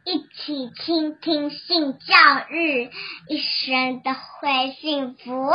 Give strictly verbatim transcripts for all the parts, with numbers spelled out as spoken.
一起倾听性教育，一生都会幸福。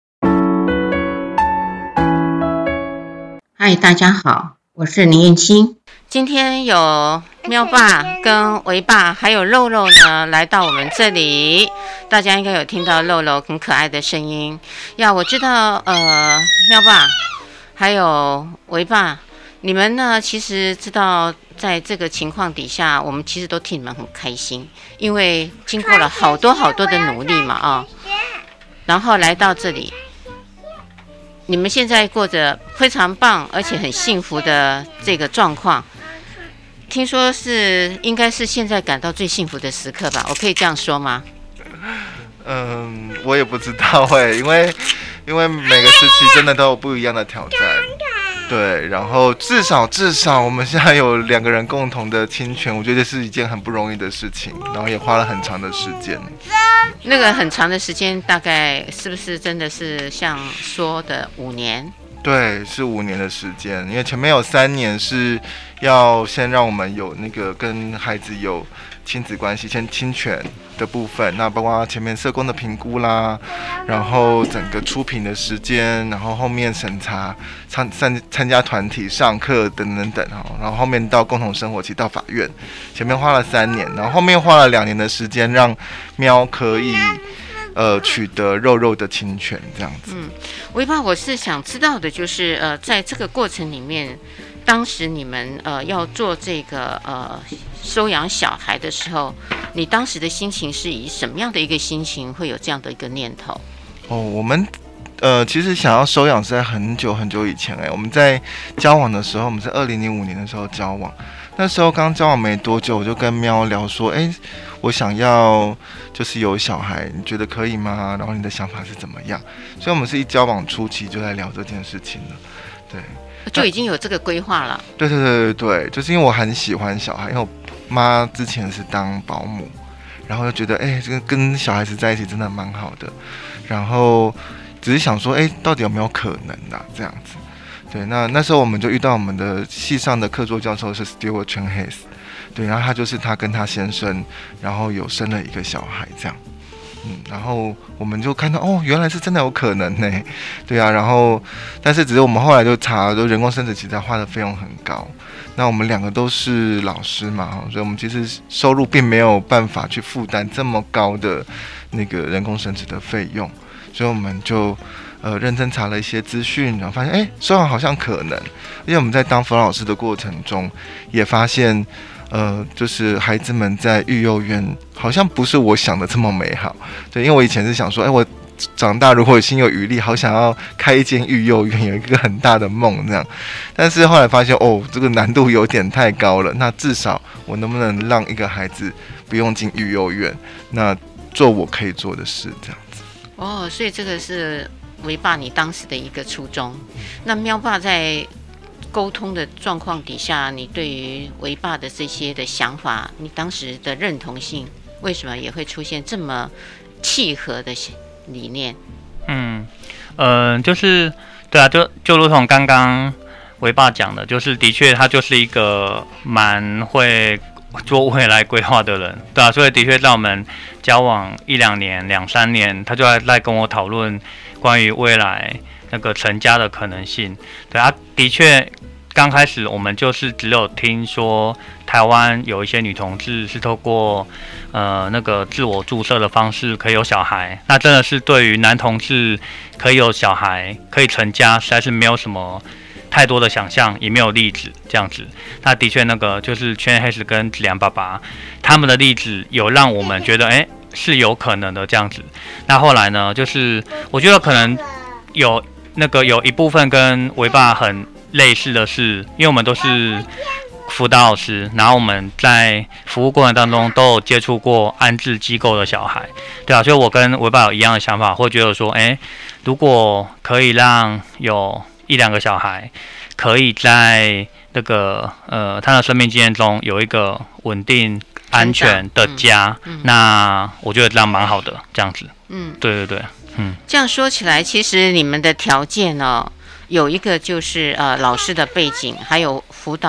嗨，大家好，我是林燕青。今天有喵爸跟维爸还有肉肉呢来到我们这里，大家应该有听到肉肉很可爱的声音呀。我知道呃喵爸还有维爸，你们呢其实知道在这个情况底下，我们其实都替你们很开心，因为经过了好多好多的努力嘛啊、哦，然后来到这里，你们现在过着非常棒而且很幸福的这个状况，听说是应该是现在感到最幸福的时刻吧？我可以这样说吗？ 嗯，我也不知道哎，因为因为每个时期真的都有不一样的挑战，对，然后至少至少我们现在有两个人共同的侵权，我觉得是一件很不容易的事情，然后也花了很长的时间。 那个很长的时间，大概是不是真的是像说的五年？ 对，是五年的时间，因为前面有三年是要先让我们有那个跟孩子有亲子关系，先侵权的部分，那包括前面社工的评估啦，然后整个出品的时间，然后后面审查、参参参加团体、上课等等等哈，然后后面到共同生活期到法院，前面花了三年，然后后面花了两年的时间让喵可以。呃，取得肉肉的侵权这样子。 嗯，维爸，我是想知道的就是，呃，在这个过程里面，当时你们呃要做这个呃收养小孩的时候，你当时的心情是以什么样的一个心情会有这样的一个念头？ 哦，我们呃其实想要收养是在很久很久以前哎，我们在交往的时候，我们是二零零五年的时候交往，那时候刚交往没多久，我就跟喵聊说，哎。我想要就是有小孩，你觉得可以吗？然后你的想法是怎么样？所以我们是一交往初期就在聊这件事情了，对， 就已经有这个规划了。 对对对对对，就是因为我很喜欢小孩，因为我妈之前是当保姆，然后就觉得哎，这个跟小孩子在一起真的蛮好的，然后只是想说，哎，到底有没有可能啊？这样子，对，那那时候我们就遇到我们的系上的客座教授是 Stewart Chen Hayes。对，然后他就是他跟他先生，然后有生了一个小孩这样，嗯，然后我们就看到哦，原来是真的有可能呢，对啊，然后但是只是我们后来就查，就人工生殖其实花的费用很高，那我们两个都是老师嘛，所以我们其实收入并没有办法去负担这么高的那个人工生殖的费用，所以我们就呃认真查了一些资讯，然后发现哎，收养好像可能，因为我们在当辅导老师的过程中也发现。呃，就是孩子们在育幼院好像不是我想的这么美好，对，因为我以前是想说，哎，我长大如果心有余力，好想要开一间育幼院，有一个很大的梦这样，但是后来发现，哦，这个难度有点太高了，那至少我能不能让一个孩子不用进育幼院，那做我可以做的事这样子。 哦，所以这个是维爸你当时的一个初衷。那喵爸在沟通的状况底下，你对于维爸的这些的想法，你当时的认同性，为什么也会出现这么契合的理念？ 嗯，呃，就是对啊，就就如同刚刚维爸讲的，就是的确他就是一个蛮会做未来规划的人，对啊，所以的确在我们交往一两年、两三年，他就在来跟我讨论关于未来那个成家的可能性。对啊，的确，刚开始我们就是只有听说台湾有一些女同志是透过呃那个自我注射的方式可以有小孩，那真的是对于男同志可以有小孩、可以成家，实在是没有什么太多的想象，也没有例子这样子。那的确，那个就是圈黑子跟子良爸爸他们的例子，有让我们觉得，哎，是有可能的这样子。那后来呢，就是我觉得可能有那个有一部分跟维爸很类似的是，因为我们都是辅导老师，然后我们在服务过程当中都有接触过安置机构的小孩，对啊，所以我跟维爸有一样的想法，会觉得说，哎，如果可以让有一两个小孩可以在那个呃他的生命经验中有一个稳定安全的家，嗯嗯、那我觉得这样蛮好的，这样子。嗯，对对对，嗯。 这样说起来，其实你们的条件哦，有一个就是呃老师的背景，还有辅导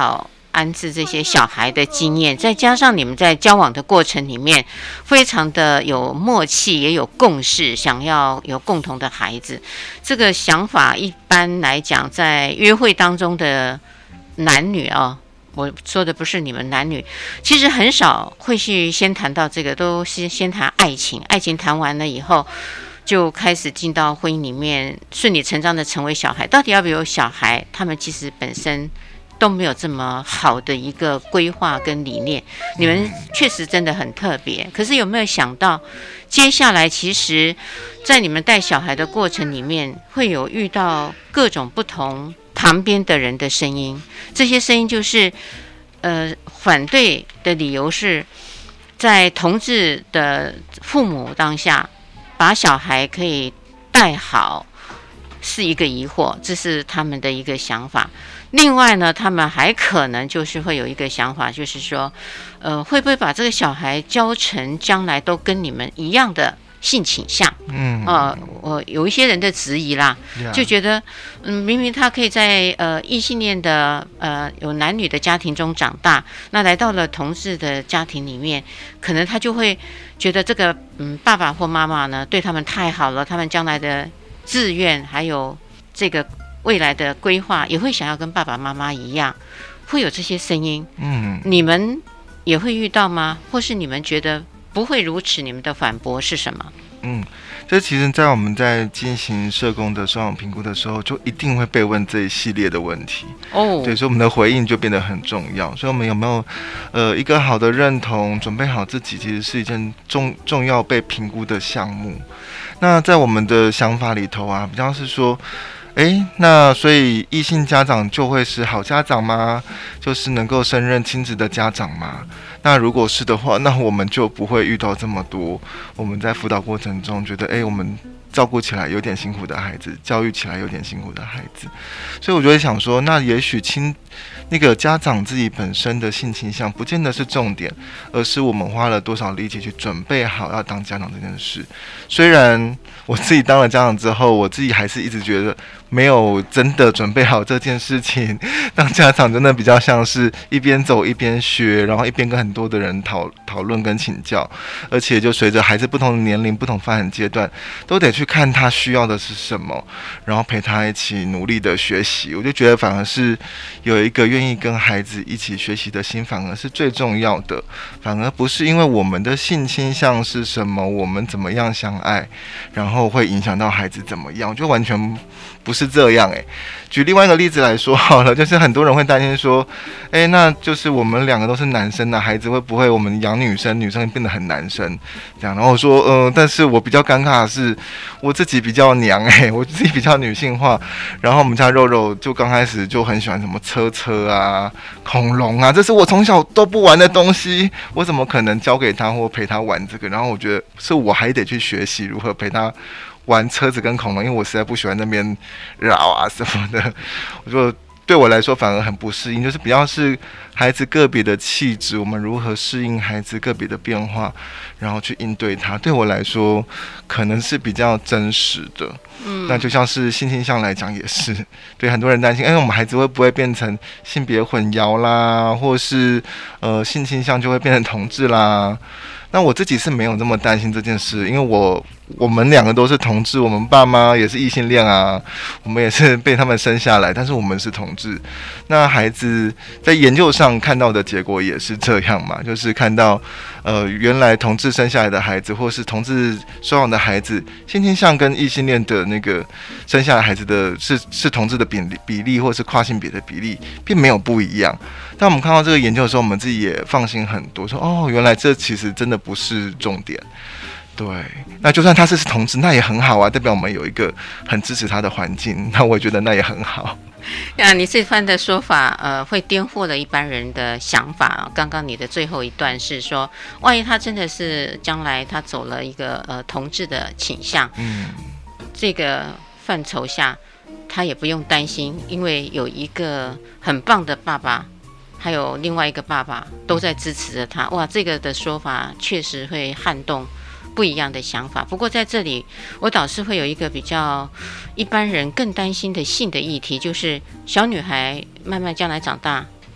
安置这些小孩的经验，再加上你们在交往的过程里面非常的有默契，也有共识，想要有共同的孩子，这个想法一般来讲在约会当中的男女啊、哦，我说的不是你们男女，其实很少会去先谈到这个，都是先谈爱情，爱情谈完了以后就开始进到婚姻里面，顺理成章的成为小孩。到底要不要有小孩，他们其实本身都没有这么好的一个规划跟理念。你们确实真的很特别，可是有没有想到接下来其实在你们带小孩的过程里面会有遇到各种不同旁边的人的声音，这些声音就是呃反对的理由是在同志的父母当下把小孩可以带好是一个疑惑，这是他们的一个想法。另外呢，他们还可能就是会有一个想法，就是说呃，会不会把这个小孩教成将来都跟你们一样的性倾向？嗯，呃，我有一些人的质疑啦， yeah. 就觉得，嗯，明明他可以在呃异性恋的呃有男女的家庭中长大，那来到了同志的家庭里面，可能他就会觉得这个嗯爸爸或妈妈呢对他们太好了，他们将来的志愿还有这个未来的规划也会想要跟爸爸妈妈一样，会有这些声音。嗯，你们也会遇到吗？或是你们觉得不会如此，你们的反驳是什么？ 嗯，这其实在我们在进行社工的收养评估的时候，就一定会被问这一系列的问题哦。对，所以我们的回应就变得很重要。所以我们有没有呃一个好的认同，准备好自己，其实是一件重重要被评估的项目。那在我们的想法里头啊，比较是说，哎，那所以异性家长就会是好家长吗？就是能够胜任亲子的家长吗？那如果是的话，那我们就不会遇到这么多我们在辅导过程中觉得，哎，我们照顾起来有点辛苦的孩子，教育起来有点辛苦的孩子。所以我就会想说，那也许亲那个家长自己本身的性倾向不见得是重点，而是我们花了多少力气去准备好要当家长这件事。虽然我自己当了家长之后，我自己还是一直觉得没有真的准备好这件事情。当家长真的比较像是一边走一边学，然后一边跟很多的人讨讨论跟请教，而且就随着孩子不同的年龄、不同发展阶段，都得去看他需要的是什么，然后陪他一起努力的学习。我就觉得反而是有一个愿意跟孩子一起学习的心，反而是最重要的。反而不是因为我们的性倾向是什么，我们怎么样相爱，然后会影响到孩子怎么样，就完全不是这样。哎，举另外一个例子来说好了，就是很多人会担心说，哎，那就是我们两个都是男生的孩子，会不会我们养女生，女生变得很男生这样？然后我说，嗯、呃，但是我比较尴尬的是，我自己比较娘，哎，我自己比较女性化。然后我们家肉肉就刚开始就很喜欢什么车车啊、恐龙啊，这是我从小都不玩的东西，我怎么可能教给他或陪他玩这个？然后我觉得是我还得去学习如何陪他玩车子跟恐龙，因为我实在不喜欢那边绕啊什么的，我就对我来说反而很不适应，就是比较是孩子个别的气质，我们如何适应孩子个别的变化，然后去应对他，对我来说可能是比较真实的。嗯，那就像是性倾向来讲也是，对很多人担心，哎，我们孩子会不会变成性别混淆啦，或是呃性倾向就会变成同志啦？那我自己是没有这么担心这件事，因为我我们两个都是同志，我们爸妈也是异性恋啊，我们也是被他们生下来，但是我们是同志。那孩子在研究上看到的结果也是这样嘛，就是看到呃原来同志生下来的孩子，或是同志收养的孩子，性倾向跟异性恋的那个生下来孩子的是是同志的比例比例，或是跨性别的比例，并没有不一样。当我们看到这个研究的时候，我们自己也放心很多，说哦，原来这其实真的不是重点。对，那就算他是同志，那也很好啊，代表我们有一个很支持他的环境，那我觉得那也很好。 啊，你这番的说法，呃，会颠覆了一般人的想法。刚刚你的最后一段是说，万一他真的是将来他走了一个呃同志的倾向，嗯，这个范畴下，他也不用担心，因为有一个很棒的爸爸。还有另外一个爸爸都在支持着他，哇，这个的说法确实会撼动不一样的想法。不过在这里，我倒是会有一个比较一般人更担心的性的议题，就是小女孩慢慢将来长大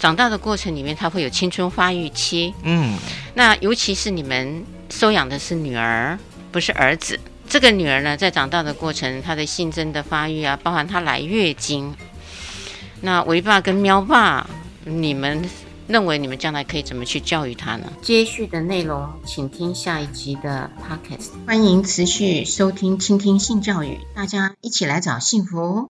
长大的过程里面，他会有青春发育期。 嗯， 那尤其是你们收养的是女儿，不是儿子。这个女儿呢，在长大的过程，她的性征的发育啊，包含她来月经。那维爸跟喵爸，你们认为你们将来可以怎么去教育她呢？接续的内容，请听下一集的 Podcast。欢迎持续收听倾听性教育，大家一起来找幸福。